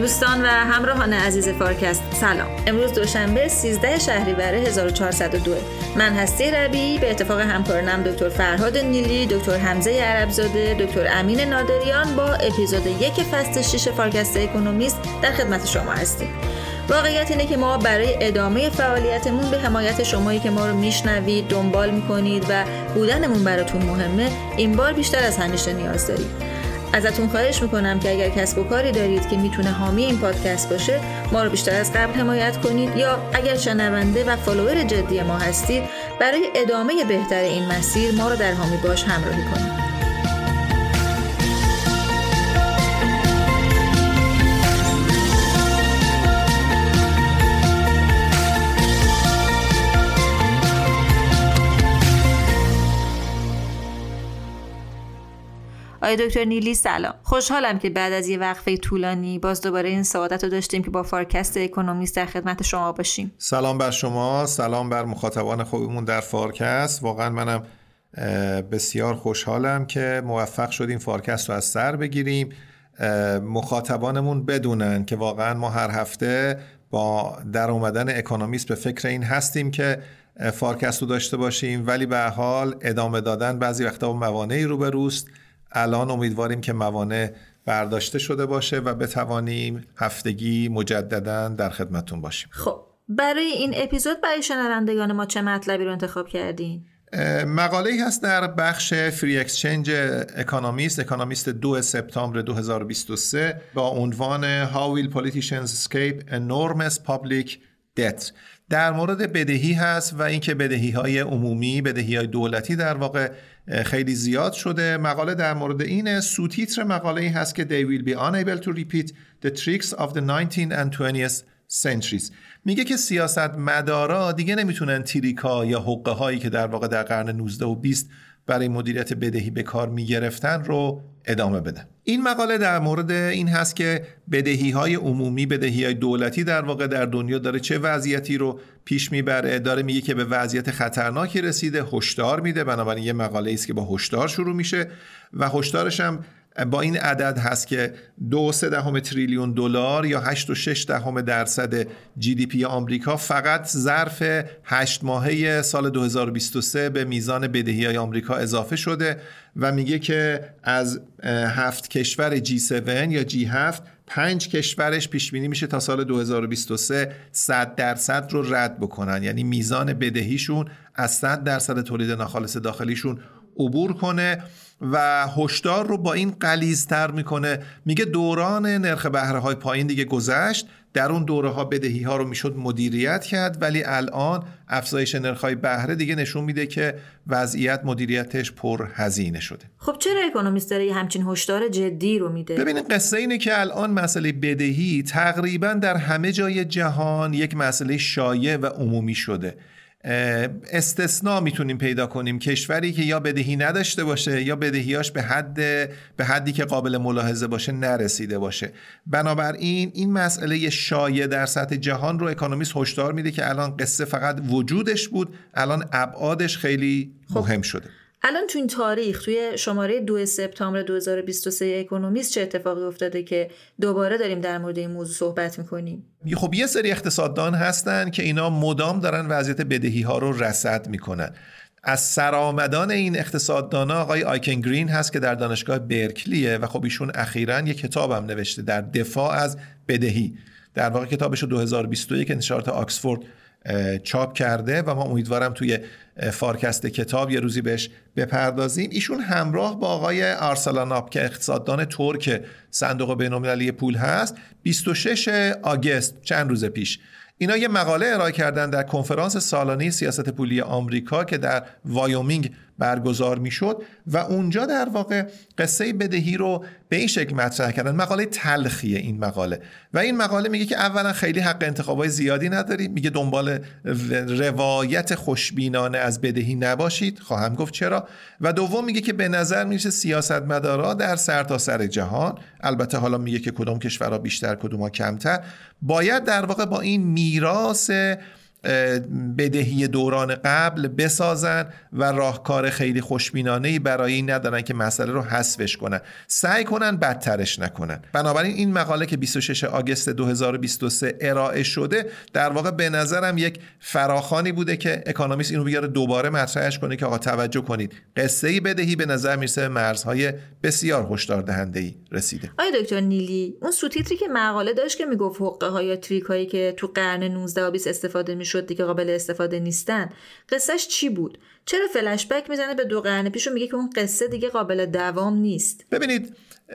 دوستان و همراهان عزیز فارکست سلام. امروز دوشنبه 13 شهریور 1402. من هستی ربیعی به اتفاق همکارانم دکتر فرهاد نیلی، دکتر حمزه عربزاده، دکتر امین نادریان با اپیزود 1 فصل 6 فارکست اکونومیست در خدمت شما هستیم. واقعیت اینه که ما برای ادامه فعالیتمون به حمایت شمایی که ما رو میشنوید، دنبال میکنید و بودنمون براتون مهمه، این بار بیشتر از همیشه نیاز داریم. ازتون خواهش میکنم که اگر کسب و کاری دارید که میتونه حامی این پادکست باشه، ما رو بیشتر از قبل حمایت کنید، یا اگر شنونده و فالوور جدی ما هستید، برای ادامه بهتر این مسیر ما رو در حامی باش همراهی کنید. آقای دکتر نیلی سلام. خوشحالم که بعد از یه وقفه طولانی باز دوباره این سعادت رو داشتیم که با فارکست اکونومیست در خدمت شما باشیم. سلام بر شما، سلام بر مخاطبان خوبمون در فارکست. واقعا منم بسیار خوشحالم که موفق شدیم فارکست رو از سر بگیریم. مخاطبانمون بدونن که واقعا ما هر هفته با در اومدن اکونومیست به فکر این هستیم که فارکست رو داشته باشیم، ولی به هر حال ادامه دادن بعضی وقتا با موانعی روبروست. الان امیدواریم که موانع برداشته شده باشه و بتوانیم هفتگی مجدداً در خدمتتون باشیم. خب برای این اپیزود برای شنوندگان ما چه مطلبی رو انتخاب کردین؟ مقاله‌ای هست در بخش فری اکسچنج اکونومیست 2 سپتامبر 2023 با عنوان How will politicians escape enormous public debt. در مورد بدهی هست و اینکه بدهی‌های عمومی، بدهی‌های دولتی در واقع خیلی زیاد شده. مقاله در مورد اینه. سوتیتر مقاله‌ای هست که They will be unable to repeat the tricks of the 19th and 20th centuries. میگه که سیاستمدارا دیگه نمیتونن تریک‌ها یا حقه‌هایی که در واقع در قرن 19 و 20 برای مدیریت بدهی به کار میگرفتن رو ادامه بدن. این مقاله در مورد این هست که بدهی‌های عمومی، بدهی‌های دولتی در واقع در دنیا داره چه وضعیتی رو پیش میبره. داره میگه که به وضعیت خطرناکی رسیده، هشدار میده. بنابراین یه مقاله است که با هشدار شروع میشه و هشدارش هم با این عدد هست که 2.3 تریلیون دلار یا 8.6% GDP آمریکا فقط ظرف 8 ماهه سال 2023 به میزان بدهی‌های آمریکا اضافه شده و میگه که از 7 کشور G7 یا G7 5 کشورش پیش بینی میشه تا سال 2023 100% رو رد بکنن، یعنی میزان بدهیشون از 100% تولید ناخالص داخلیشون عبور کنه و هشدار رو با این غلیظ‌تر میکنه. میگه دوران نرخ بهره‌های پایین دیگه گذشت، در اون دوره‌ها بدهی‌ها رو میشد مدیریت کرد، ولی الان افزایش نرخ‌های بهره دیگه نشون میده که وضعیت مدیریتش پرهزینه شده. خب چرا اکونومیست داره همچین هشدار جدی رو میده؟ ببینید قصه اینه که الان مسئله بدهی تقریبا در همه جای جهان یک مسئله شایع و عمومی شده. استثناء میتونیم پیدا کنیم، کشوری که یا بدهی نداشته باشه یا بدهیاش به حدی که قابل ملاحظه باشه نرسیده باشه. بنابراین این مسئله شایع در سطح جهان رو اکونومیست هشدار میده که الان قصه فقط وجودش بود، الان ابعادش خیلی مهم شده. الان تو این تاریخ، توی شماره 2 سپتامبر 2023 اکونومیست چه اتفاقی افتاده که دوباره داریم در مورد این موضوع صحبت میکنیم؟ خب یه سری اقتصاددان هستن که اینا مدام دارن وضعیت بدهی ها رو رصد میکنن. از سرآمدان این اقتصاددانا آقای آیکن گرین هست که در دانشگاه برکلیه و خب ایشون اخیراً یه کتابم نوشته در دفاع از بدهی. در واقع کتابش رو 2021 انتشارات آکسفورد چاپ کرده و ما امیدوارم توی فارکست کتاب یه روزی بهش بپردازیم. ایشون همراه با آقای آرسلاناب که اقتصاددان ترک صندوق بین‌المللی پول هست 26 آگوست چند روز پیش اینا یه مقاله ارائه کردن در کنفرانس سالانه سیاست پولی آمریکا که در وایومینگ برگزار میشد و اونجا در واقع قصه بدهی رو به این شکل مطرح کردن. مقاله تلخیه این مقاله و این مقاله میگه که اولا خیلی حق انتخابای زیادی ندارید، میگه دنبال روایت خوشبینانه از بدهی نباشید، خواهم گفت چرا، و دوم میگه که به نظر میرسه سیاستمدارا در سرتاسر جهان، البته حالا میگه که کدوم کشورها بیشتر کدومها کمتر، باید در واقع با این میراث بدهی دوران قبل بسازن و راهکار خیلی خوشبینانه‌ای برای این ندارن که مسئله رو حذفش کنن، سعی کنن بدترش نکنن. بنابراین این مقاله که 26 آگوست 2023 ارائه شده در واقع به نظرم یک فراخوانی بوده که اکونومیست اینو بیاره دوباره مطرحش کنه که آقا توجه کنید، قصه بدهی به نظر میرسه مرزهای بسیار هشدار دهنده‌ای رسیده. آقای دکتر نیلی، اون سوتیتری که مقاله داشت که میگفت حقه‌ها یا تریک‌هایی که تو قرن 19 و 20 استفاده میشد دیگه قابل استفاده نیستن، قصهش چی بود؟ چرا فلش بک میزنه به 2 قرن پیش و میگه که اون قصه دیگه قابل دوام نیست؟ ببینید،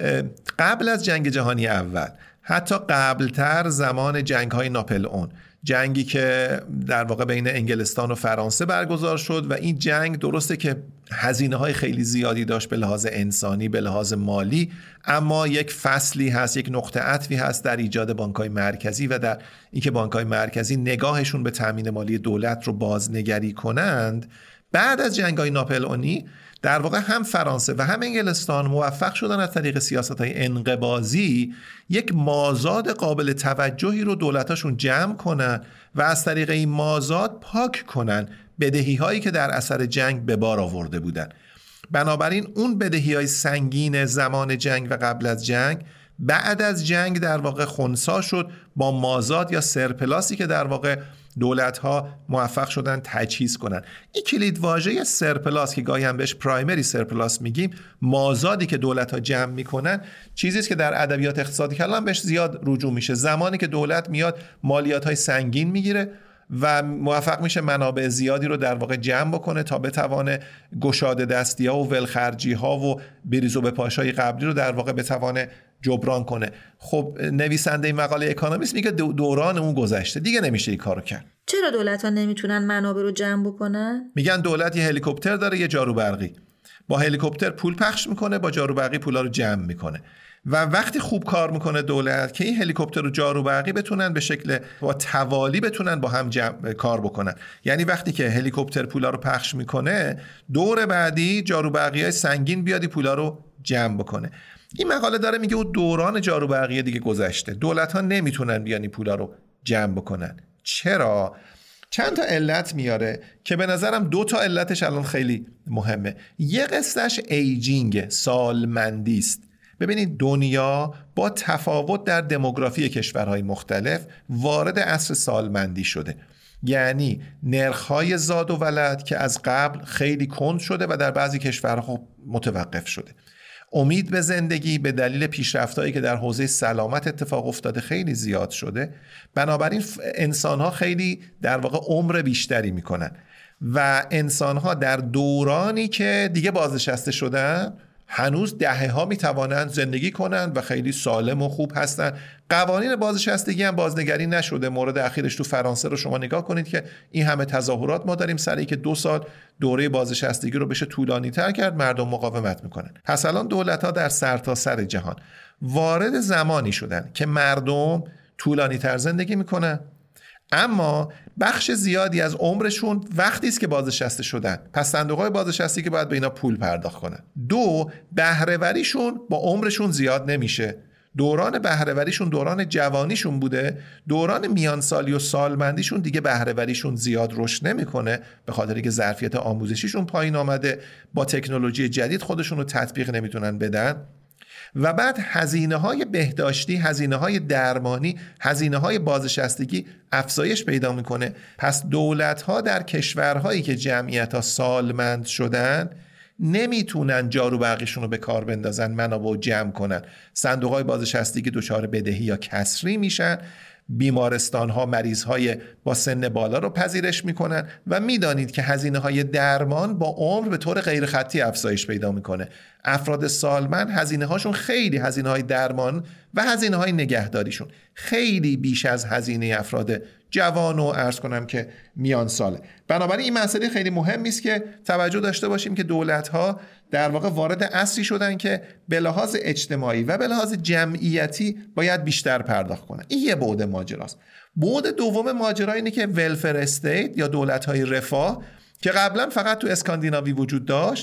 قبل از جنگ جهانی اول، حتی قبلتر زمان جنگ‌های ناپلئون، جنگی که در واقع بین انگلستان و فرانسه برگزار شد و این جنگ درسته که هزینه‌های خیلی زیادی داشت به لحاظ انسانی، به لحاظ مالی، اما یک فصلی هست، یک نقطه عطفی هست در ایجاد بانک‌های مرکزی و در اینکه بانک‌های مرکزی نگاهشون به تامین مالی دولت رو بازنگری کنند. بعد از جنگ‌های ناپلئونی در واقع هم فرانسه و هم انگلستان موفق شدن از طریق سیاست‌های انقباضی یک مازاد قابل توجهی رو دولتاشون جمع کنن و از طریق این مازاد پاک کنن بدهی‌هایی که در اثر جنگ به بار آورده بودن. بنابراین اون بدهی‌های سنگین زمان جنگ و قبل از جنگ بعد از جنگ در واقع خنثی شد با مازاد یا سرپلاسی که در واقع دولت‌ها موفق شدن تجهیز کنن. این کلید واژه سرپلاس که گاهی هم بهش پرایمری سرپلاس میگیم، مازادی که دولت‌ها جمع میکنن، چیزی است که در ادبیات اقتصادی کلان بهش زیاد رجوع میشه. زمانی که دولت میاد مالیات‌های سنگین میگیره و موفق میشه منابع زیادی رو در واقع جمع بکنه تا بتوانه گشاده دستی‌ها و ولخرجی‌ها و بریز و بپاشای قبلی رو در واقع بتوانه جبران کنه. خب نویسنده این مقاله اکونومیست میگه دوران اون گذشته، دیگه نمیشه این کارو کرد. چرا دولت‌ها نمیتونن منابع رو جمع بکنن؟ میگن دولت یه هلیکوپتر داره، یه جارو برقی، با هلیکوپتر پول پخش میکنه، با جارو برقی پولا رو جمع میکنه و وقتی خوب کار میکنه دولت که این هلیکوپتر و جارو برقی بتونن به شکل با توالی بتونن با هم کار بکنن، یعنی وقتی که هلیکوپتر پولا رو پخش میکنه، دور بعدی جارو برقیای سنگین بیادی پولا رو جمع بکنه. این مقاله داره میگه اون دوران جارو برقی دیگه گذشته، دولت‌ها نمیتونن بیان پولا رو جمع بکنن. چرا؟ چند تا علت میاره که به نظرم 2 تا علتش الان خیلی مهمه. یه قصهش ایجینگ، سالمندی است. ببینید دنیا با تفاوت در دموگرافی کشورهای مختلف وارد عصر سالمندی شده، یعنی نرخ‌های زاد و ولد که از قبل خیلی کند شده و در بعضی کشورها متوقف شده. امید به زندگی به دلیل پیشرفتایی که در حوزه سلامت اتفاق افتاده خیلی زیاد شده، بنابراین انسان‌ها خیلی در واقع عمر بیشتری میکنن و انسان‌ها در دورانی که دیگه بازنشسته شدن هنوز دهه‌ها میتوانند زندگی کنند و خیلی سالم و خوب هستند. قوانین بازنشستگی هم بازنگری نشده. مورد اخیرش تو فرانسه رو شما نگاه کنید که این همه تظاهرات ما داریم سر اینکه 2 سال دوره بازنشستگی رو بشه طولانی تر کرد، مردم مقاومت میکنن. پس الان دولت‌ها در سرتاسر جهان وارد زمانی شدن که مردم طولانی تر زندگی میکنن، اما بخش زیادی از عمرشون وقتی است که بازنشسته شدن، پس صندوق‌های بازنشستگی که باید به اینا پول پرداخت کنن. 2، بهره‌وریشون با عمرشون زیاد نمیشه. دوران بهره‌وریشون دوران جوانیشون بوده، دوران میانسالی و سالمندیشون دیگه بهره‌وریشون زیاد رشد نمیکنه به خاطری که ظرفیت آموزشیشون پایین آمده، با تکنولوژی جدید خودشون رو تطبیق نمیتونن بدن. و بعد هزینه‌های بهداشتی، هزینه‌های درمانی، هزینه‌های بازنشستگی افزایش پیدا میکنه. پس دولت‌ها در کشورهایی که جمعیت‌ها سالمند شدن نمیتونن جارو برقیشون رو به کار بندازن، منابع رو جمع کنن. صندوق‌های بازنشستگی دچار بدهی یا کسری میشن، بیمارستان‌ها مریض‌های با سن بالا رو پذیرش میکنن و میدانید که هزینه‌های درمان با عمر به طور غیر خطی افزایش پیدا میکنه. افراد سالمند هزینه‌هاشون خیلی، هزینه‌های درمان و هزینه‌های نگهداریشون خیلی بیش از هزینه افراد جوان و عرض کنم که میان ساله. بنابراین این مسئله خیلی مهمی است که توجه داشته باشیم که دولت‌ها در واقع وارد عصری شدن که به لحاظ اجتماعی و به لحاظ جمعیتی باید بیشتر پرداخت کنن. این یه بعد ماجراست. بعد دوم ماجرا اینه که ولفر استیت یا دولت‌های رفاه که قبلا فقط تو اسکاندیناوی وجود داشت،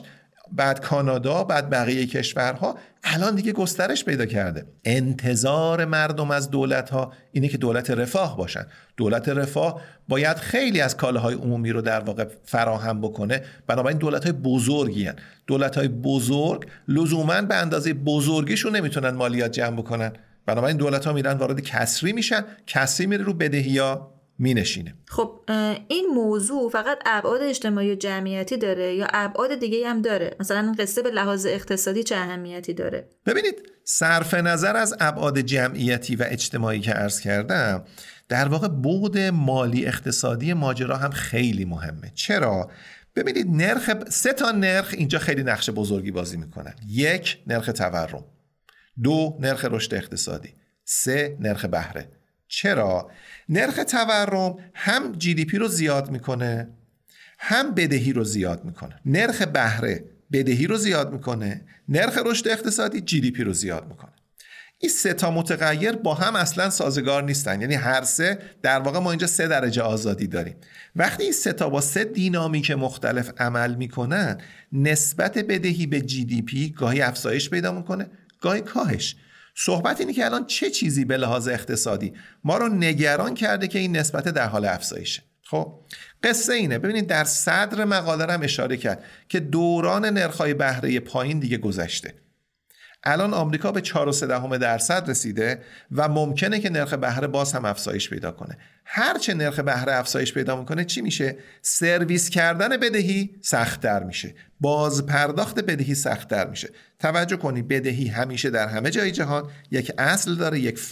بعد کانادا، بعد بقیه کشورها، الان دیگه گسترش پیدا کرده. انتظار مردم از دولت‌ها اینه که دولت رفاه باشن. دولت رفاه باید خیلی از کالاهای عمومی رو در واقع فراهم بکنه. بنابراین دولت‌های بزرگی هستند. دولت‌های بزرگ لزوماً به اندازه بزرگیشون نمیتونن مالیات جمع بکنن. بنابراین دولت‌ها میرن وارد کسری میشن، کسری میره رو بدهی‌ها مینشینه. خب این موضوع فقط ابعاد اجتماعی و جمعیتی داره یا ابعاد دیگه هم داره؟ مثلا این قصه به لحاظ اقتصادی چه اهمیتی داره؟ ببینید، صرف نظر از ابعاد جمعیتی و اجتماعی که عرض کردم، در واقع بعد مالی اقتصادی ماجرا هم خیلی مهمه. چرا؟ ببینید، سه تا نرخ اینجا خیلی نقش بزرگی بازی میکنن. 1 نرخ تورم، 2 نرخ رشد اقتصادی، 3 نرخ بهره. چرا؟ نرخ تورم هم جی دی پی رو زیاد میکنه، هم بدهی رو زیاد میکنه. نرخ بهره بدهی رو زیاد میکنه، نرخ رشد اقتصادی جی دی پی رو زیاد میکنه. این سه تا متغیر با هم اصلا سازگار نیستن. یعنی هر سه در واقع ما اینجا 3 درجه آزادی داریم. وقتی این سه تا با 3 دینامیک مختلف عمل میکنن، نسبت بدهی به جی دی پی گاهی افزایش پیدا میکنه، گاهی کاهش. صحبت اینه که الان چه چیزی به لحاظ اقتصادی ما رو نگران کرده که این نسبت در حال افزایشه. خب قصه اینه، ببینید در صدر مقاله هم اشاره کرد که دوران نرخ‌های بهره پایین دیگه گذشته. الان آمریکا به 4.3% رسیده و ممکنه که نرخ بهره باز هم افزایش پیدا کنه. هرچه نرخ بهره افزایش پیدا میکنه چی میشه؟ سرویس کردن بدهی سخت‌تر میشه، باز پرداخت بدهی سخت‌تر میشه. توجه کنید، بدهی همیشه در همه جای جهان یک اصل داره، یک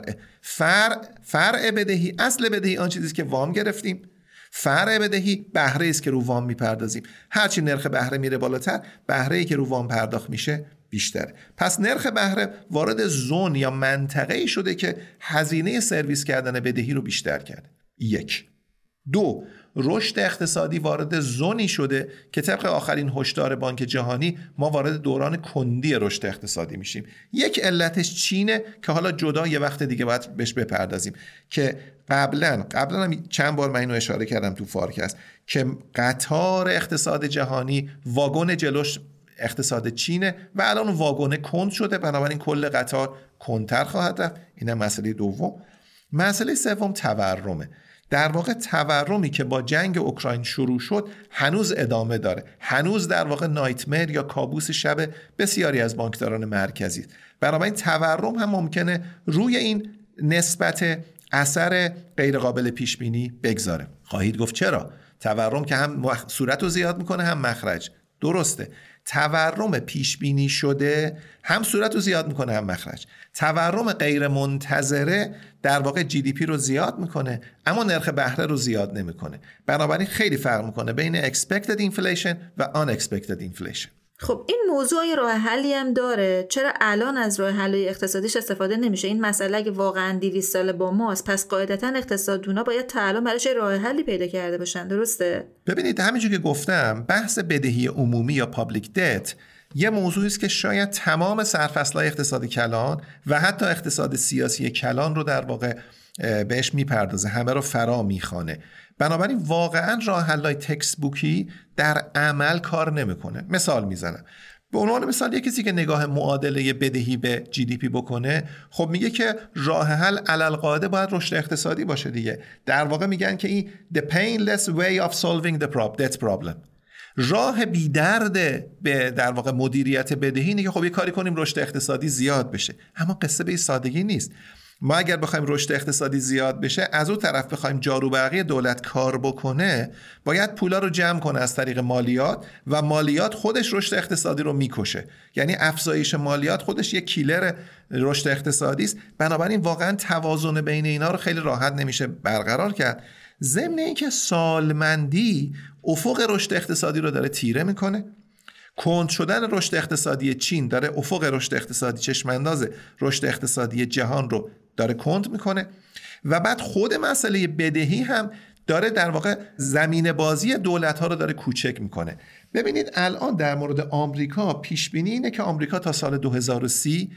فرع بدهی. اصل بدهی آن چیزیست که وام گرفتیم، فرع بدهی بهره است که رو وام میپردازیم. هرچی نرخ بهره میره بالاتر، بهره‌ای که رو وام پرداخت میشه بیشتره. پس نرخ بهره وارد زون یا منطقه‌ای شده که هزینه سرویس کردن بدهی رو بیشتر کرده. 1. 2. رشد اقتصادی وارد زونی شده که طبق آخرین هشدار بانک جهانی ما وارد دوران کندی رشد اقتصادی میشیم. یک علتش چینه که حالا جدا یه وقت دیگه باید بهش بپردازیم، که قبلا هم چند بار من اینو اشاره کردم تو فارکست که قطار اقتصاد جهانی واگن جلوش اقتصاد چینه و الان واگن کند شده، بنابراین کل قطار کندتر خواهد رفت. اینم مسئله دوم. مسئله سوم تورمه. در واقع تورمی که با جنگ اوکراین شروع شد هنوز ادامه داره، هنوز در واقع نایتمر یا کابوس شب بسیاری از بانکداران مرکزی است. بنابراین تورم هم ممکنه روی این نسبت اثر غیر قابل پیش بینی بگذاره. خواهید گفت چرا؟ تورم که هم صورت رو زیاد میکنه هم مخرج. درسته، تورم پیش بینی شده هم صورت رو زیاد میکنه هم مخرج. تورم غیر منتظره در واقع جی دی پی رو زیاد میکنه اما نرخ بهره رو زیاد نمیکنه. بنابراین خیلی فرق میکنه بین expected inflation و unexpected inflation. خب این موضوع یه راه حلی هم داره؟ چرا الان از راه حل‌های اقتصادیش استفاده نمیشه؟ این مسئله اگه واقعا 200 سال با ماست، پس قاعدتاً اقتصاددونا باید تا الان براش راه حلی پیدا کرده باشن، درسته؟ ببینید، همینجور که گفتم، بحث بدهی عمومی یا پابلیک دت یه موضوعی است که شاید تمام سرفصل‌های اقتصاد کلان و حتی اقتصاد سیاسی کلان رو در واقع بهش میپردازه، همه رو فرا میخوانه. بنابراین واقعا راه حل‌های تکست بوکی در عمل کار نمیکنه. مثال میزنم. به عنوان مثال، یک کسی که نگاه معادله بدهی به جی دی پی بکنه، خب میگه که راه حل علالقاعده باید رشد اقتصادی باشه دیگه. در واقع میگن که این the painless way of solving the debt problem. راه بی درد به در واقع مدیریت بدهی اینه که خب یه کاری کنیم رشد اقتصادی زیاد بشه. اما قصه به این سادگی نیست. ما اگر بخوایم رشد اقتصادی زیاد بشه، از اون طرف بخوایم جاروبرقی دولت کار بکنه، باید پولا رو جمع کنه از طریق مالیات و مالیات خودش رشد اقتصادی رو میکشه. یعنی افزایش مالیات خودش یک کیلر رشد اقتصادی است. بنابراین واقعا توازن بین اینا رو خیلی راحت نمیشه برقرار کرد. ضمن اینکه سالمندی افق رشد اقتصادی رو داره تیره میکنه. کند شدن رشد اقتصادی چین داره افق رشد اقتصادی چشمانداز رشد اقتصادی جهان رو داره کند میکنه و بعد خود مسئله بدهی هم داره در واقع زمین بازی دولت ها رو داره کوچک میکنه. ببینید الان در مورد آمریکا پیش بینی اینه که آمریکا تا سال 2030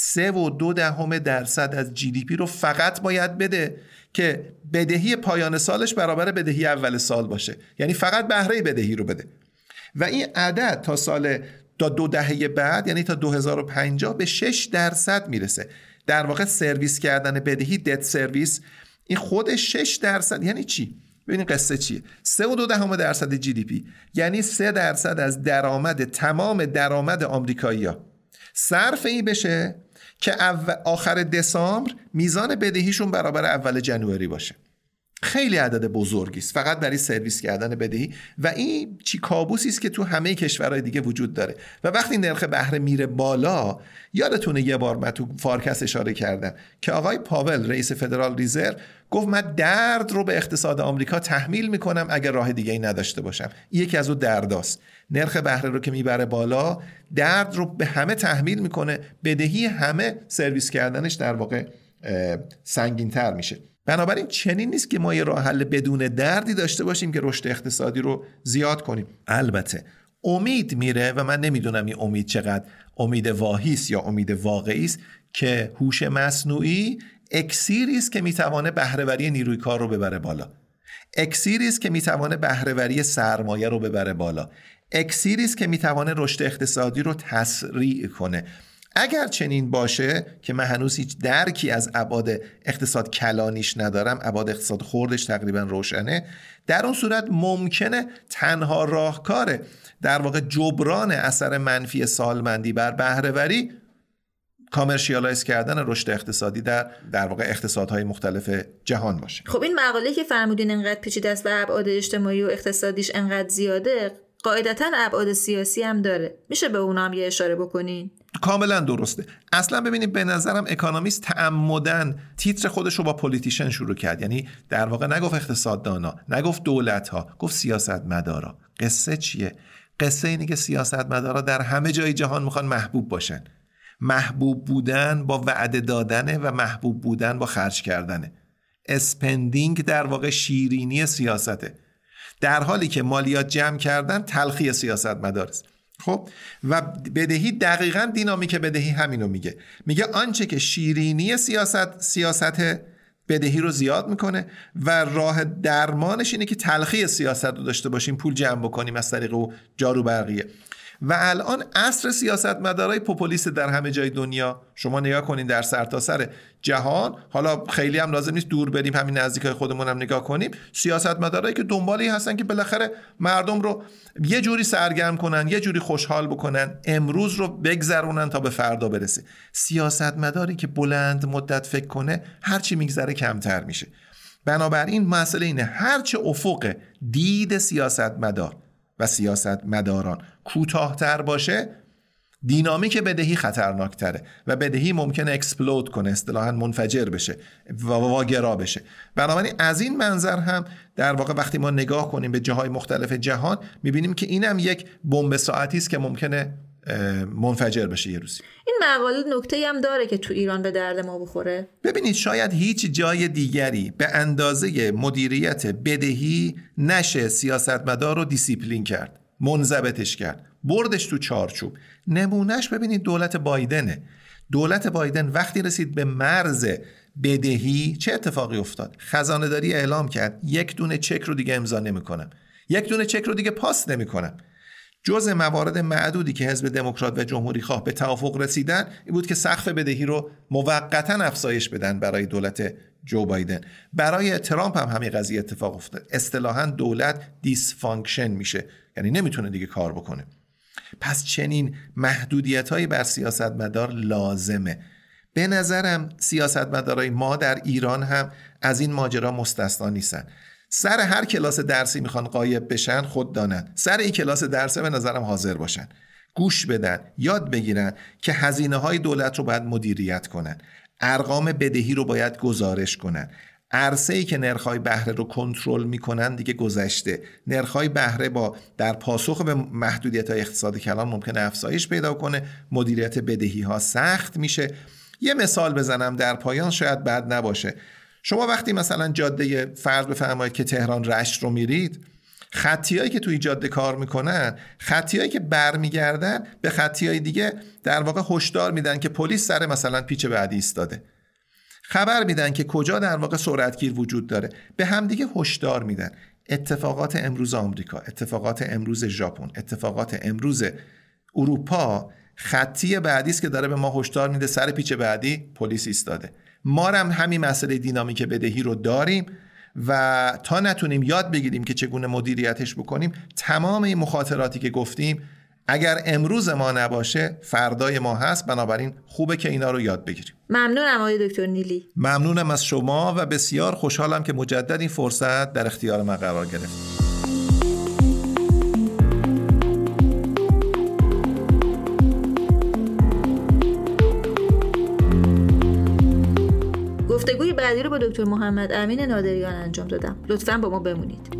3.2% از جی دی پی رو فقط باید بده که بدهی پایان سالش برابر بدهی اول سال باشه. یعنی فقط بهره بدهی رو بده و این عدد تا سال تا 2 دهه بعد یعنی تا 2050 به 6% میرسه. در واقع سرویس کردن بدهی، دت سرویس، این خودش 6% یعنی چی؟ ببینید قصه چیه. 3.2% جی دی پی یعنی 3% از درآمد، تمام درآمد آمریکایی‌ها صرف این بشه که آخر دسامبر میزان بدهیشون برابر اول جنوری باشه. خیلی عدد بزرگی است فقط برای سرویس کردن بدهی و این چی کابوسی است که تو همه کشورهای دیگه وجود داره. و وقتی نرخ بهره میره بالا، یادتونه یه بار من تو فارکست اشاره کردم که آقای پاول رئیس فدرال ریزرو گفت من درد رو به اقتصاد آمریکا تحمیل میکنم اگر راه دیگه ای نداشته باشم. یکی از اون درداست. نرخ بهره رو که میبره بالا، درد رو به همه تحمیل میکنه، بدهی همه سرویس کردنش در واقع سنگین‌تر میشه. بنابراین چنین نیست که ما یه راه حل بدون دردی داشته باشیم که رشد اقتصادی رو زیاد کنیم. البته امید میره و من نمیدونم این امید چقدر امید واهی است یا امید واقعی است که هوش مصنوعی اکسیری است که میتوانه بهره‌وری نیروی کار رو ببره بالا، اکسیری است که میتوانه بهره‌وری سرمایه رو ببره بالا، اکسیری است که میتوانه رشد اقتصادی رو تسریع کنه. اگر چنین باشه که من هنوز هیچ درکی از ابعاد اقتصاد کلانیش ندارم، ابعاد اقتصاد خوردش تقریبا روشنه، در اون صورت ممکنه تنها راهکار در واقع جبران اثر منفی سالمندی بر بهره‌وری کامرشیالایز کردن رشد اقتصادی در واقع اقتصادهای مختلف جهان باشه. خب این مقاله که فرمودین انقدر پیچیده است و ابعاد اجتماعی و اقتصادیش انقدر زیاده، قاعدتاً ابعاد سیاسی هم داره. میشه به اونا هم یه اشاره بکنین؟ کاملا درسته. اصلا ببینید به نظرم اکونومیست تعمدن تیتر خودش رو با پولیتیشن شروع کرد. یعنی در واقع نگفت اقتصاددانا، نگفت دولت‌ها، گفت سیاستمدارا. قصه چیه؟ قصه اینه که سیاستمدارا در همه جای جهان میخوان محبوب باشن. محبوب بودن با وعده دادنه و محبوب بودن با خرج کردنه. اسپندینگ در واقع شیرینی سیاسته، در حالی که مالیات جمع کردن تلخی سیاستمدار است. خب و بدهی دقیقاً دینامیک بدهی همینو میگه آنچه که شیرینی سیاست بدهی رو زیاد میکنه و راه درمانش اینه که تلخی سیاست رو داشته باشیم، پول جمع بکنیم از طریق و جارو برقیه. و الان عصر سیاستمدارای پوپولیست در همه جای دنیا، شما نگاه کنین در سرتاسر جهان، حالا خیلی هم لازم نیست دور بریم، همین نزدیکای خودمون هم نگاه کنیم، سیاستمدارایی که دنبالی هستن که بالاخره مردم رو یه جوری سرگرم کنن، یه جوری خوشحال بکنن، امروز رو بگذرونن تا به فردا برسه. سیاستمداری که بلند مدت فکر کنه هرچی میگذره کمتر میشه. بنابراین مسئله اینه هرچه افق دید سیاستمدار و سیاستمداران کوتاه‌تر باشه، دینامیک بدهی خطرناکتره و بدهی ممکنه اکسپلود کنه، اصطلاحاً منفجر بشه و واگرا بشه. بنابراین از این منظر هم در واقع وقتی ما نگاه کنیم به جاهای مختلف جهان، می‌بینیم که اینم یک بمب ساعتی است که ممکنه منفجر بشه یه روزی. این مقاله نکته‌ای هم داره که تو ایران به درد ما بخوره. ببینید شاید هیچ جای دیگری به اندازه مدیریت بدهی نشه سیاستمدار رو دیسیپلین کرد، منضبطش کرد، بردش تو چارچوب. نمونهش ببینید دولت بایدنه. دولت بایدن وقتی رسید به مرز بدهی چه اتفاقی افتاد؟ خزانه داری اعلام کرد یک دونه چک رو دیگه امضا نمی‌کنم، یک دونه چک رو دیگه پاس نمی‌کنم. جزء موارد معدودی که حزب دموکرات و جمهوری خواه به توافق رسیدن این بود که سقف بدهی رو موقتا افزایش بدن برای دولت جو بایدن. برای ترامپ هم همین قضیه اتفاق افتاد. اصطلاحاً دولت دیسفانکشن میشه، یعنی نمیتونه دیگه کار بکنه. پس چنین محدودیت‌هایی بر سیاستمدار لازمه. به نظرم سیاستمدارای ما در ایران هم از این ماجرا مستثنا نیستن. سر هر کلاس درسی میخوان غایب بشن، خود دانن. سر این کلاس درسه به نظرم حاضر باشن، گوش بدن، یاد بگیرن که هزینه‌های دولت رو باید مدیریت کنن، ارقام بدهی رو باید گزارش کنن. عرصه‌ای که نرخ‌های بهره رو کنترل میکنن دیگه گذشته. نرخ‌های بهره با در پاسخ به محدودیت‌های اقتصاد کلان ممکنه افزایش پیدا کنه، مدیریت بدهی‌ها سخت میشه. یه مثال بزنم در پایان، شاید بد نباشه. شما وقتی مثلا جاده فرض بفرمایید که تهران رشت رو میرید، خطیایی که توی جاده کار میکنن، خطیایی که برمیگردن به خطیای دیگه در واقع هشدار میدن که پلیس سر مثلا پیچ بعدی ایستاده، خبر میدن که کجا در واقع سرعتگیر وجود داره، به هم دیگه هشدار میدن. اتفاقات امروز آمریکا، اتفاقات امروز ژاپن، اتفاقات امروز اروپا خطی بعدی است که داره به ما هشدار میده سر پیچ بعدی پلیس ایستاده. ما هم همین مسئله دینامیک بدهی رو داریم و تا نتونیم یاد بگیریم که چگونه مدیریتش بکنیم، تمام این مخاطراتی که گفتیم اگر امروز ما نباشه فردای ما هست. بنابراین خوبه که اینا رو یاد بگیریم. ممنونم آقای دکتر نیلی. ممنونم از شما و بسیار خوشحالم که مجدد این فرصت در اختیار من قرار گرفت. گفتگوی بعدی رو با دکتر محمد امین نادریان انجام دادم. لطفاً با ما بمونید.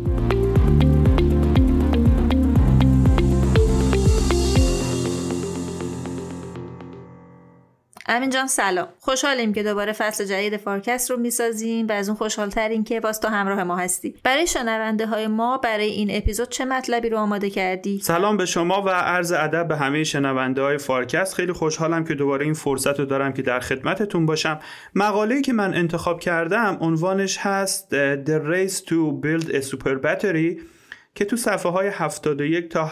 امین جان سلام. خوشحالیم که دوباره فصل جدید فارکست رو میسازیم و از اون خوشحال‌ترین که واسه همراه ما هستی. برای شنونده های ما برای این اپیزود چه مطلبی رو آماده کردی؟ سلام به شما و عرض ادب به همه شنونده های فارکست. خیلی خوشحالم که دوباره این فرصت رو دارم که در خدمتتون باشم. مقاله‌ای که من انتخاب کردم عنوانش هست The Race to Build a Super Battery که تو صفحه های 71 تا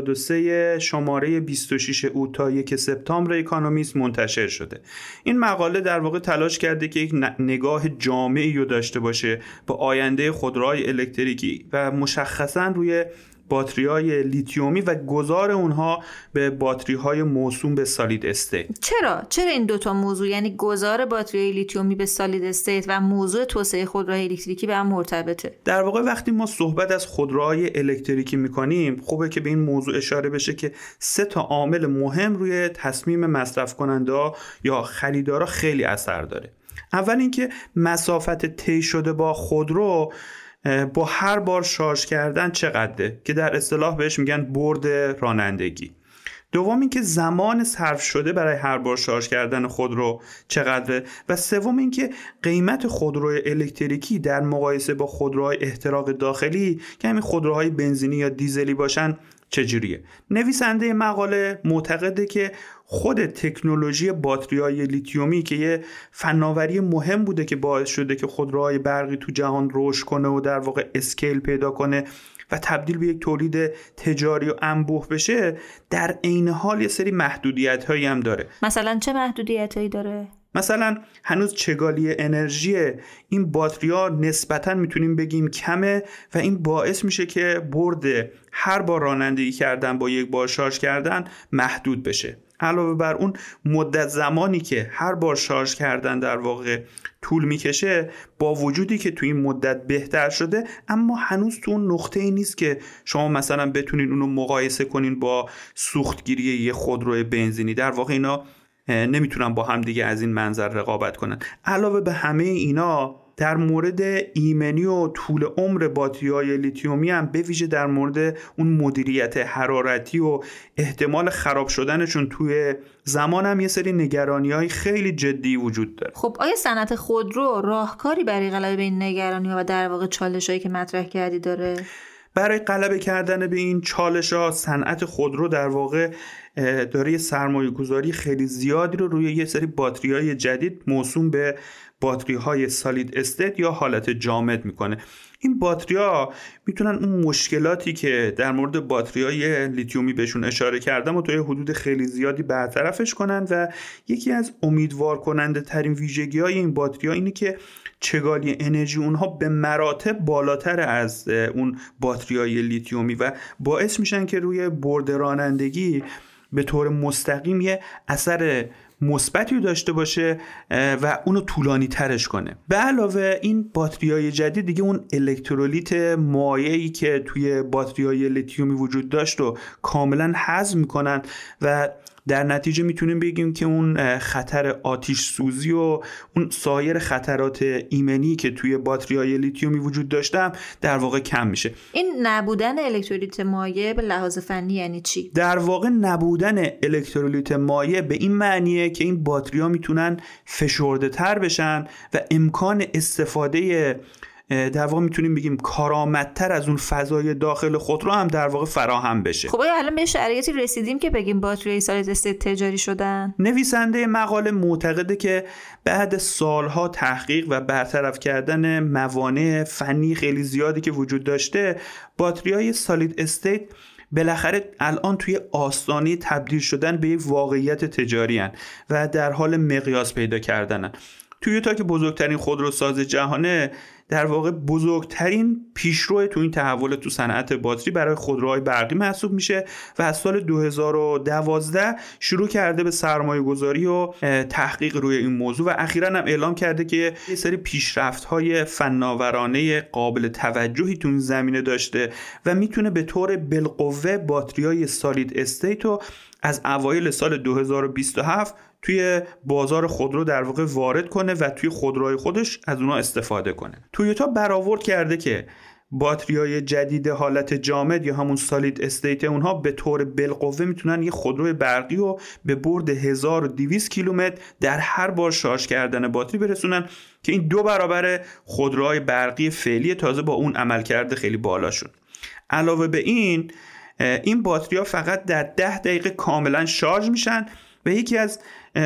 73 شماره 26 اوت تا 1 سپتامبر اکونومیست منتشر شده. این مقاله در واقع تلاش کرده که یک نگاه جامعی رو داشته باشه با آینده خودروهای الکتریکی و مشخصاً روی باتری‌های لیتیومی و گذار اونها به باتری‌های موسوم به سالید استیت. چرا این دوتا موضوع، یعنی گذار باتری‌های لیتیومی به سالید استیت و موضوع توسعه خودروهای الکتریکی به هم مرتبطه؟ در واقع وقتی ما صحبت از خودروهای الکتریکی می‌کنیم خوبه که به این موضوع اشاره بشه که 3 عامل مهم روی تصمیم مصرف کننده‌ها یا خریدارا خیلی اثر داره. اول اینکه مسافت طی شده با خودرو با هر بار شارژ کردن چقدره که در اصطلاح بهش میگن برد رانندگی. دوم اینکه زمان صرف شده برای هر بار شارژ کردن خودرو چقدره و سوم اینکه قیمت خودروی الکتریکی در مقایسه با خودروهای احتراق داخلی که همین خودروهای بنزینی یا دیزلی باشن چجوریه. نویسنده مقاله معتقده که خود تکنولوژی باتری‌های لیتیومی که یه فناوری مهم بوده که باعث شده که خودروهای برقی تو جهان رشد کنه و در واقع اسکیل پیدا کنه و تبدیل به یک تولید تجاری و انبوه بشه، در عین حال یه سری محدودیت‌هایی هم داره. مثلا چه محدودیت‌هایی داره؟ مثلا هنوز چگالی انرژی این باتری‌ها نسبتاً میتونیم بگیم کمه و این باعث میشه که برد هر بار رانندگی کردن با یک بار شارژ کردن محدود بشه. علاوه بر اون مدت زمانی که هر بار شارژ کردن در واقع طول میکشه، با وجودی که تو این مدت بهتر شده اما هنوز تو اون نقطه‌ای نیست که شما مثلا بتونین اونو مقایسه کنین با سوختگیری یه خودرو بنزینی. در واقع اینا نمیتونن با هم دیگه از این منظر رقابت کنن. علاوه به همه اینا در مورد ایمنی و طول عمر باتری‌های لیتیومی هم به ویژه در مورد اون مدیریت حرارتی و احتمال خراب شدنشون توی زمان هم یه سری نگرانی‌های خیلی جدی وجود داره. خب آیا صنعت خودرو راهکاری برای غلبه به این نگرانی‌ها و در واقع چالش‌هایی که مطرح کردی داره؟ برای غلبه کردن به این چالش‌ها صنعت خودرو در واقع داره یه سرمایه‌گذاری خیلی زیادی رو روی یه سری باتری‌های جدید موسوم به باتری‌های سالید استیت یا حالت جامد میکنه. این باتری‌ها میتونن اون مشکلاتی که در مورد باتری‌های لیتیومی بهشون اشاره کردم و توی حدود خیلی زیادی برطرفش کنن و یکی از امیدوار کننده ترین ویژگی‌های این باتری‌ها اینه که چگالی انرژی اونها به مراتب بالاتر از اون باتری‌های لیتیومی و باعث میشن که روی برد رانندگی به طور مستقیم یه اثر مثبتی داشته باشه و اونو طولانی ترش کنه. به علاوه این باتری‌های جدید دیگه اون الکترولیت مایعی که توی باتری‌های لیتیومی وجود داشت رو کاملا هضم میکنن و در نتیجه میتونیم بگیم که اون خطر آتش سوزی و اون سایر خطرات ایمنی که توی باتری‌های لیتیومی وجود داشتم در واقع کم میشه. این نبودن الکترولیت مایع به لحاظ فنی یعنی چی؟ در واقع نبودن الکترولیت مایع به این معنیه که این باتری‌ها میتونن فشرده تر بشن و امکان استفاده در واقع میتونیم بگیم کارآمدتر از اون فضای داخل خودرو هم در واقع فراهم بشه. خب الان به شرایطی رسیدیم که بگیم باتری سالید استیت تجاری شدن؟ نویسنده مقاله معتقده که بعد سالها تحقیق و برطرف کردن موانع فنی خیلی زیادی که وجود داشته، باتری‌های سالید استیت بالاخره الان توی آستانه تبدیل شدن به یک واقعیت تجاری هن و در حال مقیاس پیدا کردنن. تویوتا که بزرگترین خودروساز جهانه، در واقع بزرگترین پیشرو تو این تحول تو صنعت باتری برای خودروهای برقی محسوب میشه و از سال 2012 شروع کرده به سرمایه گذاری و تحقیق روی این موضوع و اخیراً هم اعلام کرده که یه سری پیشرفت‌های فناورانه قابل توجهی تو این زمینه داشته و میتونه به طور بالقوه باتری‌های سالید استیت رو از اوایل سال 2027 توی بازار خودرو در واقع وارد کنه و توی خودروهای خودش از اونها استفاده کنه. تویوتا برآورد کرده که باتری‌های جدید حالت جامد یا همون سالید استیت اونها به طور بالقوه میتونن یه خودروی برقی رو به برد 1200 کیلومتر در هر بار شارژ کردن باتری برسونن که این 2 برابر خودروهای برقی فعلی تازه با اون عملکرد خیلی بالاشون. علاوه به این باتری‌ها فقط در 10 دقیقه کاملا شارژ میشن و یکی از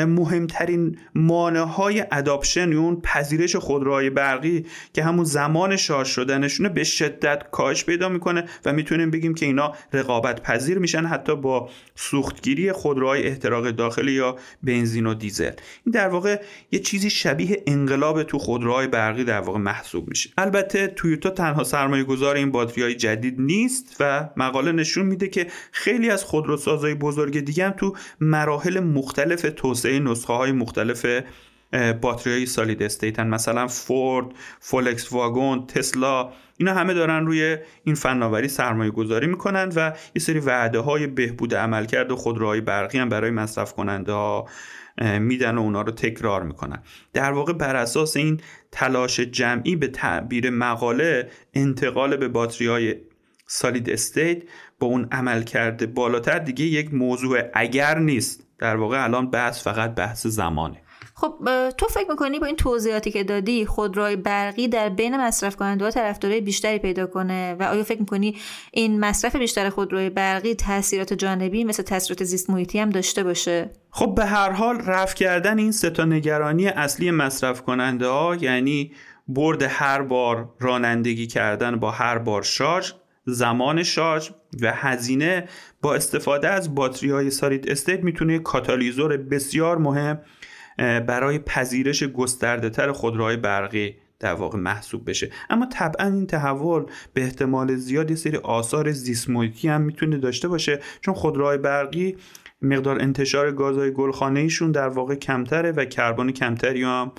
مهمترین مانع‌های اداپشن یا اون پذیرش خودروهای برقی که همون زمان شارژ شدنشونه به شدت کاهش پیدا میکنه و میتونیم بگیم که اینا رقابت پذیر میشن حتی با سوختگیری خودروهای احتراق داخلی یا بنزین و دیزل. این در واقع یه چیزی شبیه انقلاب تو خودروهای برقی در واقع محسوب میشه. البته تویوتا تنها سرمایه‌گذار این باتری‌های جدید نیست و مقاله نشون میده که خیلی از خودروسازهای بزرگ دیگه هم تو مراحل مختلف توسعه نسخه‌های مختلف باتری‌های سالید استیتن، مثلا فورد، فولکس واگن، تسلا، اینا همه دارن روی این فناوری سرمایه گذاری میکنن و یه سری وعده‌های بهبود عملکرد خودروهای برقی هم برای مصرف کننده ها میدن و اونا رو تکرار میکنن. در واقع بر اساس این تلاش جمعی به تعبیر مقاله انتقال به باتری‌های سالید استیت با اون عملکرد بالاتر دیگه یک موضوع اگر نیست، در واقع الان بحث فقط بحث زمانه. خب تو فکر میکنی با این توضیحاتی که دادی خودروهای برقی در بین مصرف کننده‌ها طرفدارای بیشتری پیدا کنه و آیا فکر میکنی این مصرف بیشتر خودروهای برقی تاثیرات جانبی مثل تاثیرات زیست محیطی هم داشته باشه؟ خب به هر حال رفع کردن این 3 نگرانی اصلی مصرف کننده‌ها، یعنی برد هر بار رانندگی کردن با هر بار شارژ، زمان شارژ و هزینه، با استفاده از باتری‌های سالید استیت میتونه کاتالیزور بسیار مهم برای پذیرش گسترده‌تر خودروهای برقی در واقع محسوب بشه. اما طبعا این تحول به احتمال زیاد یه سری آثار زیست محیطی هم میتونه داشته باشه، چون خودروهای برقی مقدار انتشار گازهای گلخانه‌ایشون در واقع کمتره و کربن کمتری هم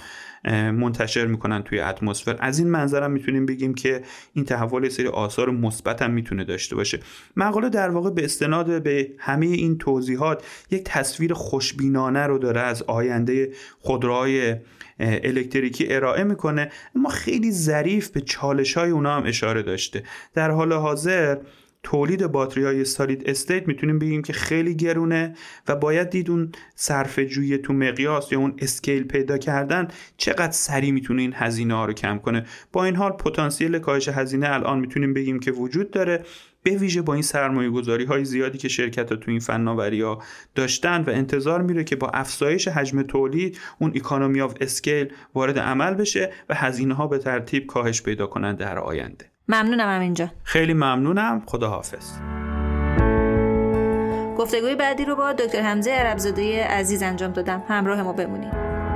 منتشر میکنن توی اتمسفر. از این منظر هم میتونیم بگیم که این تحول یه سری آثار مثبت هم میتونه داشته باشه. مقاله در واقع به استناد به همه این توضیحات یک تصویر خوشبینانه رو داره از آینده خودروهای الکتریکی ارائه میکنه، اما خیلی ظریف به چالش‌های اونا هم اشاره داشته. در حال حاضر تولید باتری‌های سالید استیت میتونیم بگیم که خیلی گرونه و باید دید اون صرفه‌جویی تو مقیاس یا اون اسکیل پیدا کردن چقدر سریع میتونه این هزینه‌ها رو کم کنه. با این حال پتانسیل کاهش هزینه الان میتونیم بگیم که وجود داره، به ویژه با این سرمایه‌گذاری‌های زیادی که شرکت‌ها تو این فناوری‌ها داشتن و انتظار میره که با افزایش حجم تولید اون اکانومی آف اسکیل وارد عمل بشه و هزینه‌ها به ترتیب کاهش پیدا کنن در آینده. ممنونم اینجا. خیلی ممنونم. خداحافظ. گفتگوی بعدی رو با دکتر حمزه عربزاده عزیز انجام دادم. همراه ما بمونید.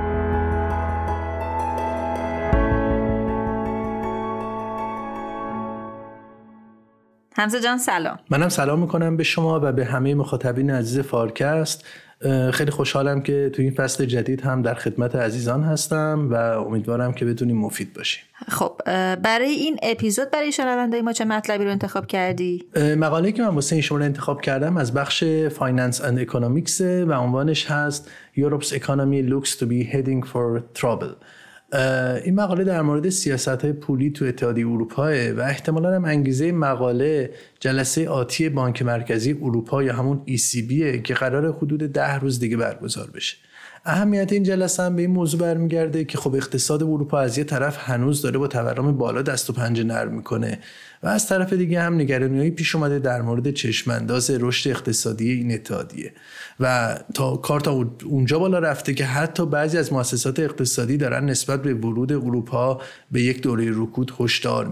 حمزه جان سلام. منم سلام میکنم به شما و به همه مخاطبین عزیز فارکست. خیلی خوشحالم که تو این فصل جدید هم در خدمت عزیزان هستم و امیدوارم که بتونیم مفید باشیم. خب برای این اپیزود برای شنونده‌ی ما چه مطلبی رو انتخاب کردی؟ مقاله‌ای که من واسه شما انتخاب کردم از بخش فایننس اند اکونومیکس و عنوانش هست Europe's economy looks to be heading for trouble. این مقاله در مورد سیاست‌های پولی تو اتحادیه اروپا و احتمالاً هم انگیزه مقاله جلسه آتی بانک مرکزی اروپا یا همون ECB که قرار حدود 10 روز دیگه برگزار بشه. اهمیت این جلسه هم به این موضوع برمیگرده که خب اقتصاد اروپا از یه طرف هنوز داره با تورم بالا دست و پنجه نرم میکنه و از طرف دیگه هم نگرانی‌های پیش اومده در مورد چشم‌انداز رشد اقتصادی این اتحادیه و کار تا اونجا بالا رفته که حتی بعضی از مؤسسات اقتصادی دارن نسبت به ورود اروپا به یک دوره رکود هشدار میدن.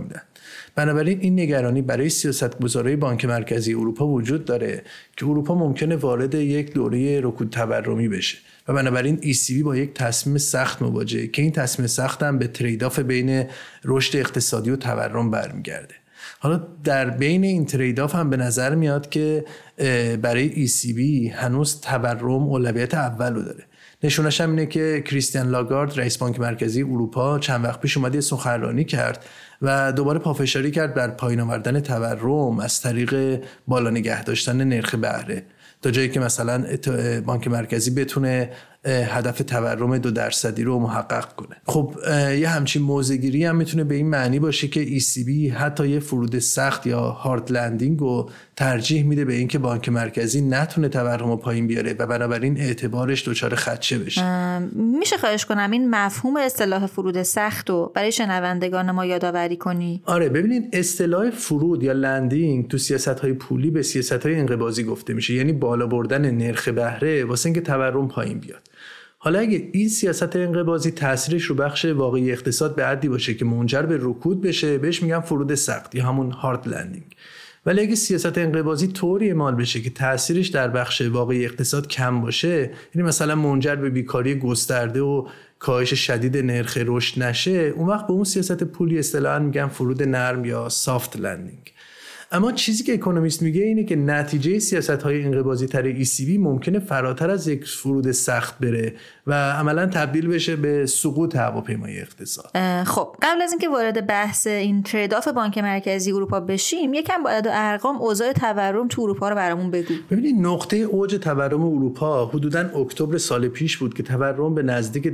بنابراین این نگرانی برای سیاستگزارای بانک مرکزی اروپا وجود داره که اروپا ممکنه وارد یک دوره رکود تورمی بشه و بنابراین ECB با یک تصمیم سخت مواجهه که این تصمیم سخت هم به تریدآف بین رشد اقتصادی و تورم برمیگرده. حالا در بین این تریدآف هم به نظر میاد که برای ECB هنوز تورم اولویت اولو داره. نشونش هم اینه که کریستیان لاگارد رئیس بانک مرکزی اروپا چند وقت پیش اومد سخنرانی کرد و دوباره پافشاری کرد بر پایین آوردن تورم از طریق بالا نگه داشتن نرخ بهره تا جایی که مثلا بانک مرکزی بتونه هدف تورم 2% رو محقق کنه. خب یه همچین موضع‌گیری هم میتونه به این معنی باشه که ECB حتی یه فرود سخت یا هارد لندینگ رو ترجیح میده به اینکه بانک مرکزی نتونه تورم رو پایین بیاره و بنابراین اعتبارش دچار خدشه بشه. میشه خواهش کنم این مفهوم اصطلاح فرود سخت رو برای شنوندگان ما یادآوری کنی؟ آره، ببینید اصطلاح فرود یا لندینگ تو سیاست‌های پولی به سیاست‌های انقباضی گفته میشه، یعنی بالا بردن نرخ بهره واسه اینکه تورم پایین بیاد. حالا اگه این سیاست انقباضی تاثیرش رو بخش واقعی اقتصاد به حدی باشه که منجر به رکود بشه، بهش میگن فرود سخت یا همون هارد لندینگ. ولی اگه سیاست انقباضی طوری اعمال بشه که تاثیرش در بخش واقعی اقتصاد کم باشه، یعنی مثلا منجر به بیکاری گسترده و کاهش شدید نرخ رشد نشه، اون وقت به اون سیاست پولی اصطلاحاً میگن فرود نرم یا سافت لندینگ. اما چیزی که اکونومیست میگه اینه که نتیجه سیاست‌های انقباضی تر ECB ممکنه فراتر از یک فرود سخت بره و عملاً تبدیل بشه به سقوط هواپیمای اقتصاد. خب قبل از اینکه وارد بحث این تریدآف بانک مرکزی اروپا بشیم، یکم باید ارقام اوضاع تورم تو اروپا رو برامون بگو. ببینید نقطه اوج تورم اروپا حدوداً اکتبر سال پیش بود که تورم به نزدیک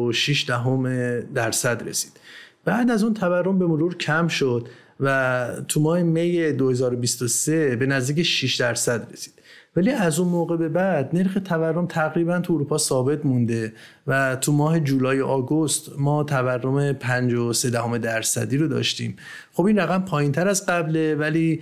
10.6% رسید. بعد از اون تورم به مرور کم شد و تو ماه می 2023 به نزدیک 6% رسید. ولی از اون موقع به بعد نرخ تورم تقریبا تو اروپا ثابت مونده و تو ماه جولای آگوست ما تورم 5.3% رو داشتیم. خب این رقم پایین‌تر از قبله ولی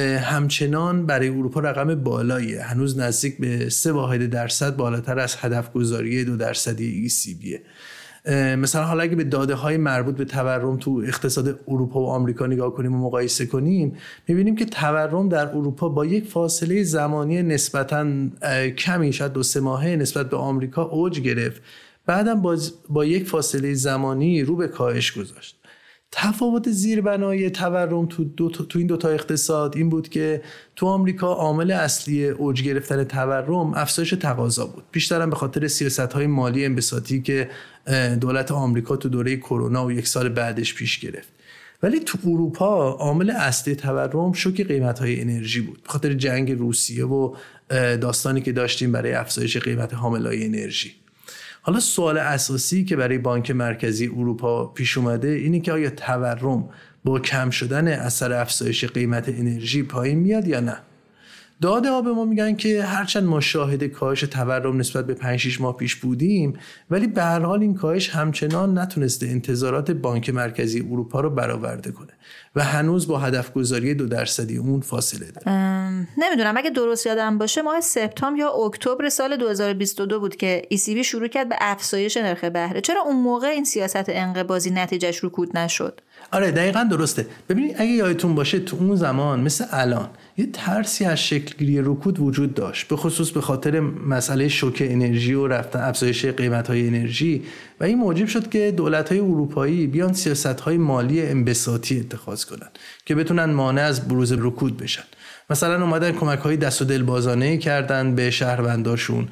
همچنان برای اروپا رقم بالاییه، هنوز نزدیک به 0.3% بالاتر از هدف گذاری 2% ECBه. مثلا حالا اگه به داده های مربوط به تورم تو اقتصاد اروپا و آمریکا نگاه کنیم و مقایسه کنیم، میبینیم که تورم در اروپا با یک فاصله زمانی نسبتاً کمی، شاید 2-3 ماهه نسبت به آمریکا اوج گرفت، بعدم با یک فاصله زمانی رو به کاهش گذاشت. تفاوت زیربنای تورم تو این دوتا اقتصاد این بود که تو آمریکا عامل اصلی اوج گرفتن تورم افزایش تقاضا بود، بیشترم به خاطر سیاست‌های مالی انبساطی که دولت آمریکا تو دوره کرونا و یک سال بعدش پیش گرفت. ولی تو اروپا عامل اصلی تورم شوک قیمت‌های انرژی بود، به خاطر جنگ روسیه و داستانی که داشتیم برای افزایش قیمت حامل‌های انرژی. حالا سوال اساسی که برای بانک مرکزی اروپا پیش اومده اینه که آیا تورم با کم شدن اثر افزایش قیمت انرژی پایین میاد یا نه؟ داده ها به ما میگن که هرچند ما شاهد کاهش تورم نسبت به 5-6 ماه پیش بودیم، ولی به هر حال این کاهش همچنان نتونسته انتظارات بانک مرکزی اروپا رو برآورده کنه و هنوز با هدف گذاری 2% اون فاصله داره. نمیدونم اگه درست یادم باشه ماه سپتامبر یا اکتبر سال 2022 بود که ECB شروع کرد به افزایش نرخ بهره. چرا اون موقع این سیاست انقباضی نتیجهش رکود نشد؟ آره دقیقاً درسته. ببینید اگه یادتون باشه تو اون زمان مثل الان یه ترسی از شکلگیری رکود وجود داشت، به خصوص به خاطر مسئله شوک انرژی و رفتن افزایش قیمت‌های انرژی، و این موجب شد که دولت‌های اروپایی بیان سیاست‌های مالی انبساطی اتخاذ کنن که بتونن مانع از بروز رکود بشن. مثلا اومدن کمک‌های دست و دل بازانه‌ای کردن به شهرونداشون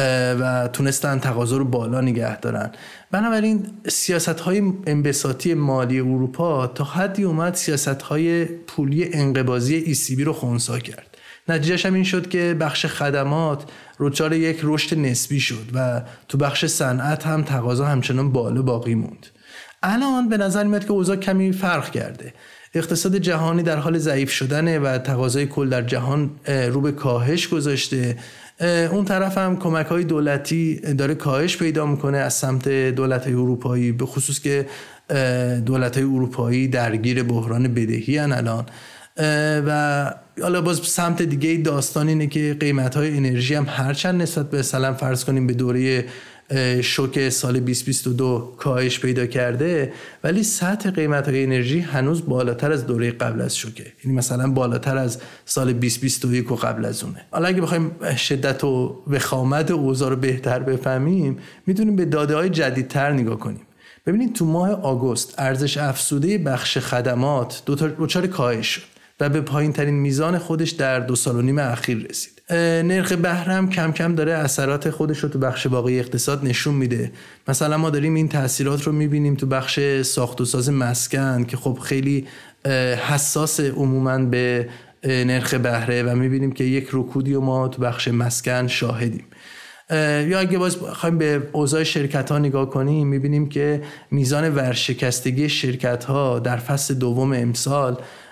و تونستن تقاضا رو بالا نگه دارن. بنابراین سیاست‌های انبساطی مالی اروپا تا حدی اومد سیاست‌های پولی انقباضی ECB رو خنثی کرد. نتیجهش هم این شد که بخش خدمات دچار یک رشد نسبی شد و تو بخش صنعت هم تقاضا همچنان بالا باقی موند. الان به نظر میاد که اوضاع کمی فرق کرده. اقتصاد جهانی در حال ضعیف شدنه و تقاضای کل در جهان رو به کاهش گذاشته. اون طرف هم کمک‌های دولتی داره کاهش پیدا میکنه از سمت دولت‌های اروپایی، به خصوص که دولت‌های اروپایی درگیر بحران بدهی ان الان. و حالا باز سمت دیگه داستان اینه که قیمت‌های انرژی هم هرچند نسبت به مثلا فرض کنیم به دوره شوک سال 2022 کاهش پیدا کرده، ولی سطح قیمت‌های انرژی هنوز بالاتر از دوره قبل از شوکه، یعنی مثلا بالاتر از سال 2021 و قبل از اونه. حالا اگه بخوایم شدت و وخامت اوضاع رو بهتر بفهمیم، میتونیم به داده‌های جدیدتر نگاه کنیم. ببینید تو ماه آگوست ارزش افزوده بخش خدمات دچار کاهش شد و به پایین ترین میزان خودش در 2.5 سال اخیر رسید. نرخ بهره هم کم کم داره اثرات خودش رو تو بخش باقی اقتصاد نشون میده. مثلا ما داریم این تاثیرات رو میبینیم تو بخش ساخت و ساز مسکن که خب خیلی حساس عموما به نرخ بهره و میبینیم که یک رکودی رو ما تو بخش مسکن شاهدیم. یا اگه باز بخوایم به اوضاع شرکت‌ها نگاه کنیم، می‌بینیم که میزان ورشکستگی شرکت‌ها در فصل دوم امسال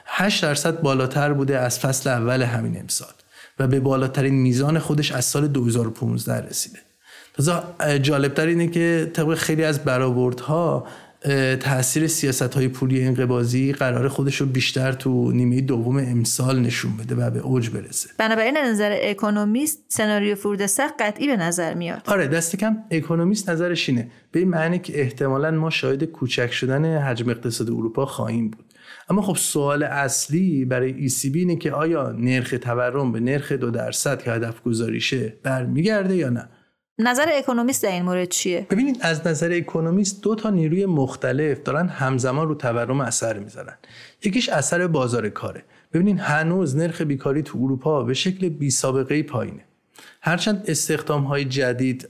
8% بالاتر بوده از فصل اول همین امسال و به بالاترین میزان خودش از سال 2015 رسیده. تازه جالب‌تر اینه که طبق خیلی از برآوردها تأثیر سیاست‌های پولی انقباضی قرار خودش رو بیشتر تو نیمه دوم امسال نشون بده و به اوج برسه. بنابراین از نظر اکونومیست سناریو فرود سقف قطعی به نظر میاد. آره، دست کم اکونومیست نظرش اینه، به این معنی که احتمالاً ما شاهد کوچک شدن حجم اقتصاد اروپا خواهیم بود. اما خب سوال اصلی برای ECB اینه که آیا نرخ تورم به نرخ 2% که هدف گذاریشه برمیگرده یا نه؟ نظر اکونومیست در این مورد چیه؟ ببینید از نظر اکونومیست دو تا نیروی مختلف دارن همزمان رو تورم اثر میذارن. یکیش اثر بازار کاره. ببینید هنوز نرخ بیکاری تو اروپا به شکل بی سابقه‌ای پایینه. هرچند استخدام‌های جدید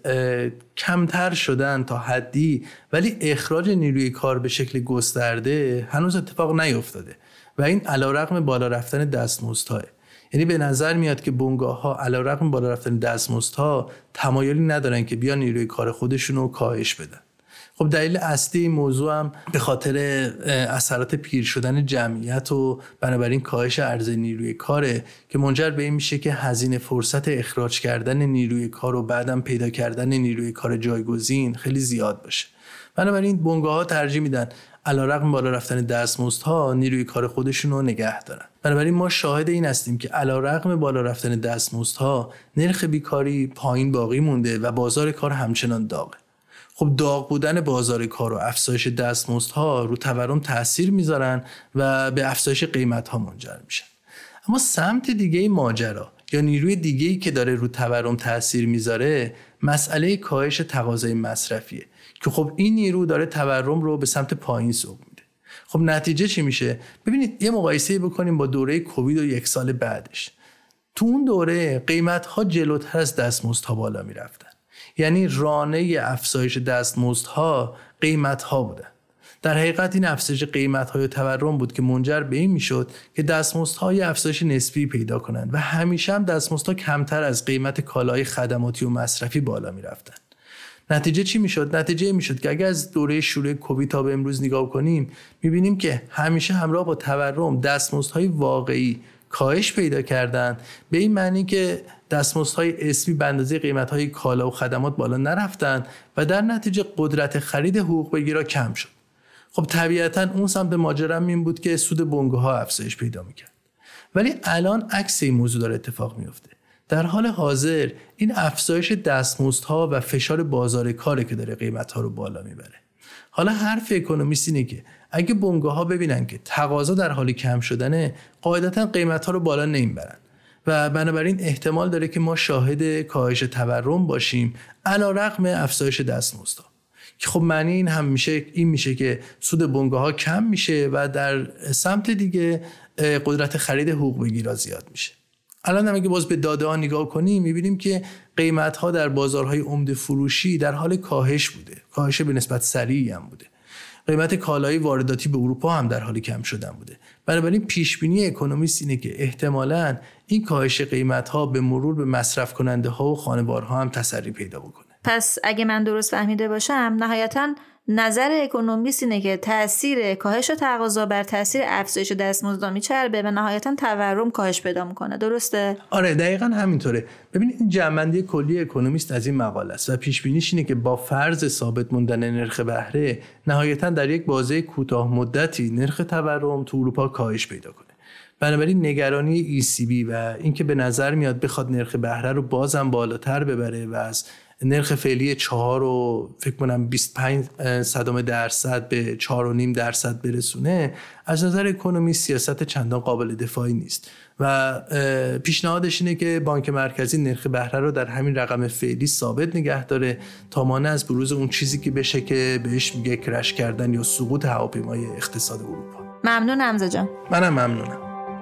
کمتر شدن تا حدی، ولی اخراج نیروی کار به شکل گسترده هنوز اتفاق نیفتاده و این علیرغم بالا رفتن دستمزدها. یعنی به نظر میاد که بنگاه‌ها علیرغم بالا رفتن دستمزدها تمایلی ندارن که بیان نیروی کار خودشون رو کاهش بدن. خب دلیل اصلی این موضوع هم به خاطر اثرات پیر شدن جمعیت و بنابراین کاهش عرضه نیروی کاره که منجر به این میشه که هزینه فرصت اخراج کردن نیروی کار و بعدم پیدا کردن نیروی کار جایگزین خیلی زیاد باشه. بنابراین بنگاه‌ها ترجیح میدن علیرغم بالا رفتن دستمزدها نیروی کار خودشون رو نگه دارن. بنابراین ما شاهد این هستیم که علیرغم بالا رفتن دستمزدها نرخ بیکاری پایین باقی مونده و بازار کار همچنان داغه. خب داغ بودن بازار کار و افزایش دستمزدها رو تورم تأثیر میذارن و به افزایش قیمت‌ها منجر میشن. اما سمت دیگه ماجرا یا نیروی دیگه‌ای که داره رو تورم تأثیر میذاره مسئله کاهش تقاضای مصرفیه که خب این نیرو داره تورم رو به سمت پایین سوق میده. خب نتیجه چی میشه؟ ببینید یه مقایسه بکنیم با دوره کووید و یک سال بعدش. تو اون دوره قیمت‌ها جلوتر از دستمزدها بالا میرفتن. یعنی رانه افزایش دستمزدها قیمت‌ها بودن. در حقیقت این افزایش قیمت‌های تورم بود که منجر به این میشد که دستمزدها افزایش نسبی پیدا کنند و همیشه هم دستمزدها کمتر از قیمت کالای خدماتی و مصرفی بالا میرفتن. نتیجه چی میشد؟ نتیجه میشد که اگر از دوره شروع کووید تا به امروز نگاه کنیم میبینیم که همیشه همراه با تورم دستمزدهای واقعی کاهش پیدا کردن، به این معنی که دستمزدهای اسمی به اندازه قیمت‌های کالا و خدمات بالا نرفتن و در نتیجه قدرت خرید حقوق بگیرا کم شد. خب طبیعتاً اون سمت ماجرا این بود که سود بنگاه‌ها افزایش پیدا می‌کرد. ولی الان عکس این موضوع داره اتفاق میفته. در حال حاضر این افزایش دستمزدها و فشار بازار کاره که داره قیمت‌ها رو بالا میبره. حالا حرف اکونومیست اینه که اگه بنگاه‌ها ببینن که تقاضا در حال کم شدنه، قاعدتاً قیمت‌ها رو بالا نمیبرن و بنابراین احتمال داره که ما شاهد کاهش تورم باشیم علیرغم افزایش دستمزدها. که خب معنی این هم میشه که سود بنگاه‌ها کم میشه و در سمت دیگه قدرت خرید حقوق بگیرا زیاد میشه. الان هم اگه باز به داده ها نگاه کنیم میبینیم که قیمت ها در بازارهای عمده فروشی در حال کاهش بوده. کاهش به نسبت سریعی هم بوده. قیمت کالای وارداتی به اروپا هم در حال کم شدن بوده. بنابراین پیش بینی اکونومیست اینه که احتمالاً این کاهش قیمت ها به مرور به مصرف کننده ها و خانوارها هم تسری پیدا بکنه. پس اگه من درست فهمیده باشم نهایتاً نظر اکونومیست اینه که تأثیر کاهش تقاضا بر تأثیر افزایش دستمزدها میچربه و نهایتاً تورم کاهش پیدا میکنه. درسته؟ آره دقیقاً همینطوره. ببینید این جمع‌بندی کلی اکونومیست از این مقاله است و پیش بینیش اینه که با فرض ثابت موندن نرخ بهره نهایتاً در یک بازه کوتاه مدتی نرخ تورم تو اروپا کاهش پیدا کنه. بنابراین نگرانی ECB و اینکه به نظر میاد بخواد نرخ بهره رو بازم بالاتر ببره و از نرخ فعلی 4 رو فکر کنم 25% به 4.5% برسونه، از نظر اکونومی سیاست چندان قابل دفاعی نیست و پیشنهادش اینه که بانک مرکزی نرخ بهره رو در همین رقم فعلی ثابت نگه داره تا مانع از بروز اون چیزی که بشه که بهش میگه کرش کردن یا سقوط هواپیمای اقتصاد اروپا. ممنون حمزه جان. منم ممنونم.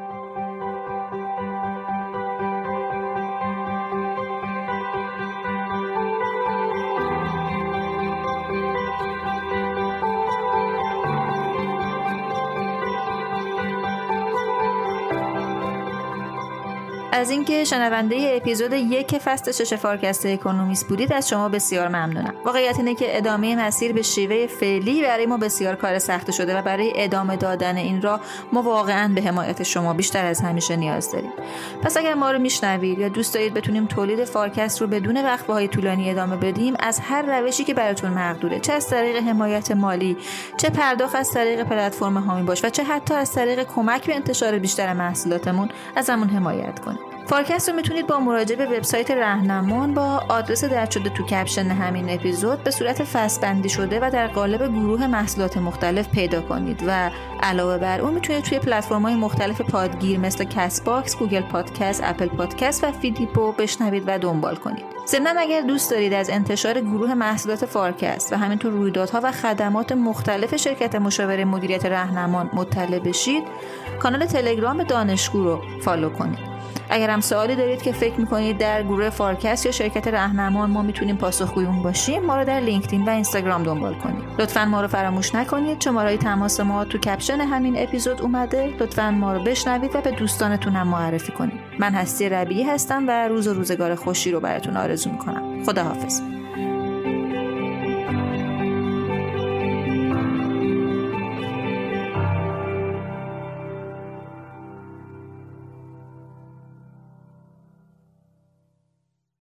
از اینکه شنونده اپیزود 1 فصل 6 فارکست اکونومیست بودید از شما بسیار ممنونم. واقعیت اینه که ادامه مسیر به شیوه فعلی برای ما بسیار کار سخت شده و برای ادامه دادن این راه ما واقعاً به حمایت شما بیشتر از همیشه نیاز داریم. پس اگر ما رو میشنوید یا دوست دارید بتونیم تولید فارکست رو بدون وقفه‌های طولانی ادامه بدیم، از هر روشی که براتون مقدوره، چه از طریق حمایت مالی، چه پرداخت از طریق پلتفرم هامی باش و چه حتی از طریق کمک به انتشار بیشتر محصولاتمون، ازمون حمایت کنید. فارکست رو میتونید با مراجعه به وبسایت رهنمون با آدرس درج شده تو کپشن همین اپیزود به صورت فصل‌بندی شده و در قالب گروه محصولات مختلف پیدا کنید و علاوه بر اون میتونید توی پلتفرم‌های مختلف پادگیر مثل کست باکس، گوگل پادکست، اپل پادکست و فیدیپو بشنوید و دنبال کنید. ضمناً اگر دوست دارید از انتشار گروه محصولات فارکست و همینطور رویدادها و خدمات مختلف شرکت مشاوره مدیریت رهنمون مطلع بشید، کانال تلگرام دانشگو رو فالو کنید. اگر هم سوالی دارید که فکر میکنید در گروه فارکست یا شرکت رهنمون ما میتونیم پاسخگوی اون باشیم، ما رو در لینکدین و اینستاگرام دنبال کنید. لطفاً ما رو فراموش نکنید. شماره تماس ما تو کپشن همین اپیزود اومده. لطفاً ما رو بشنوید و به دوستانتون هم معرفی کنید. من هستی ربیعی هستم و روز و روزگار خوشی رو براتون آرزو میکنم. خداحافظ.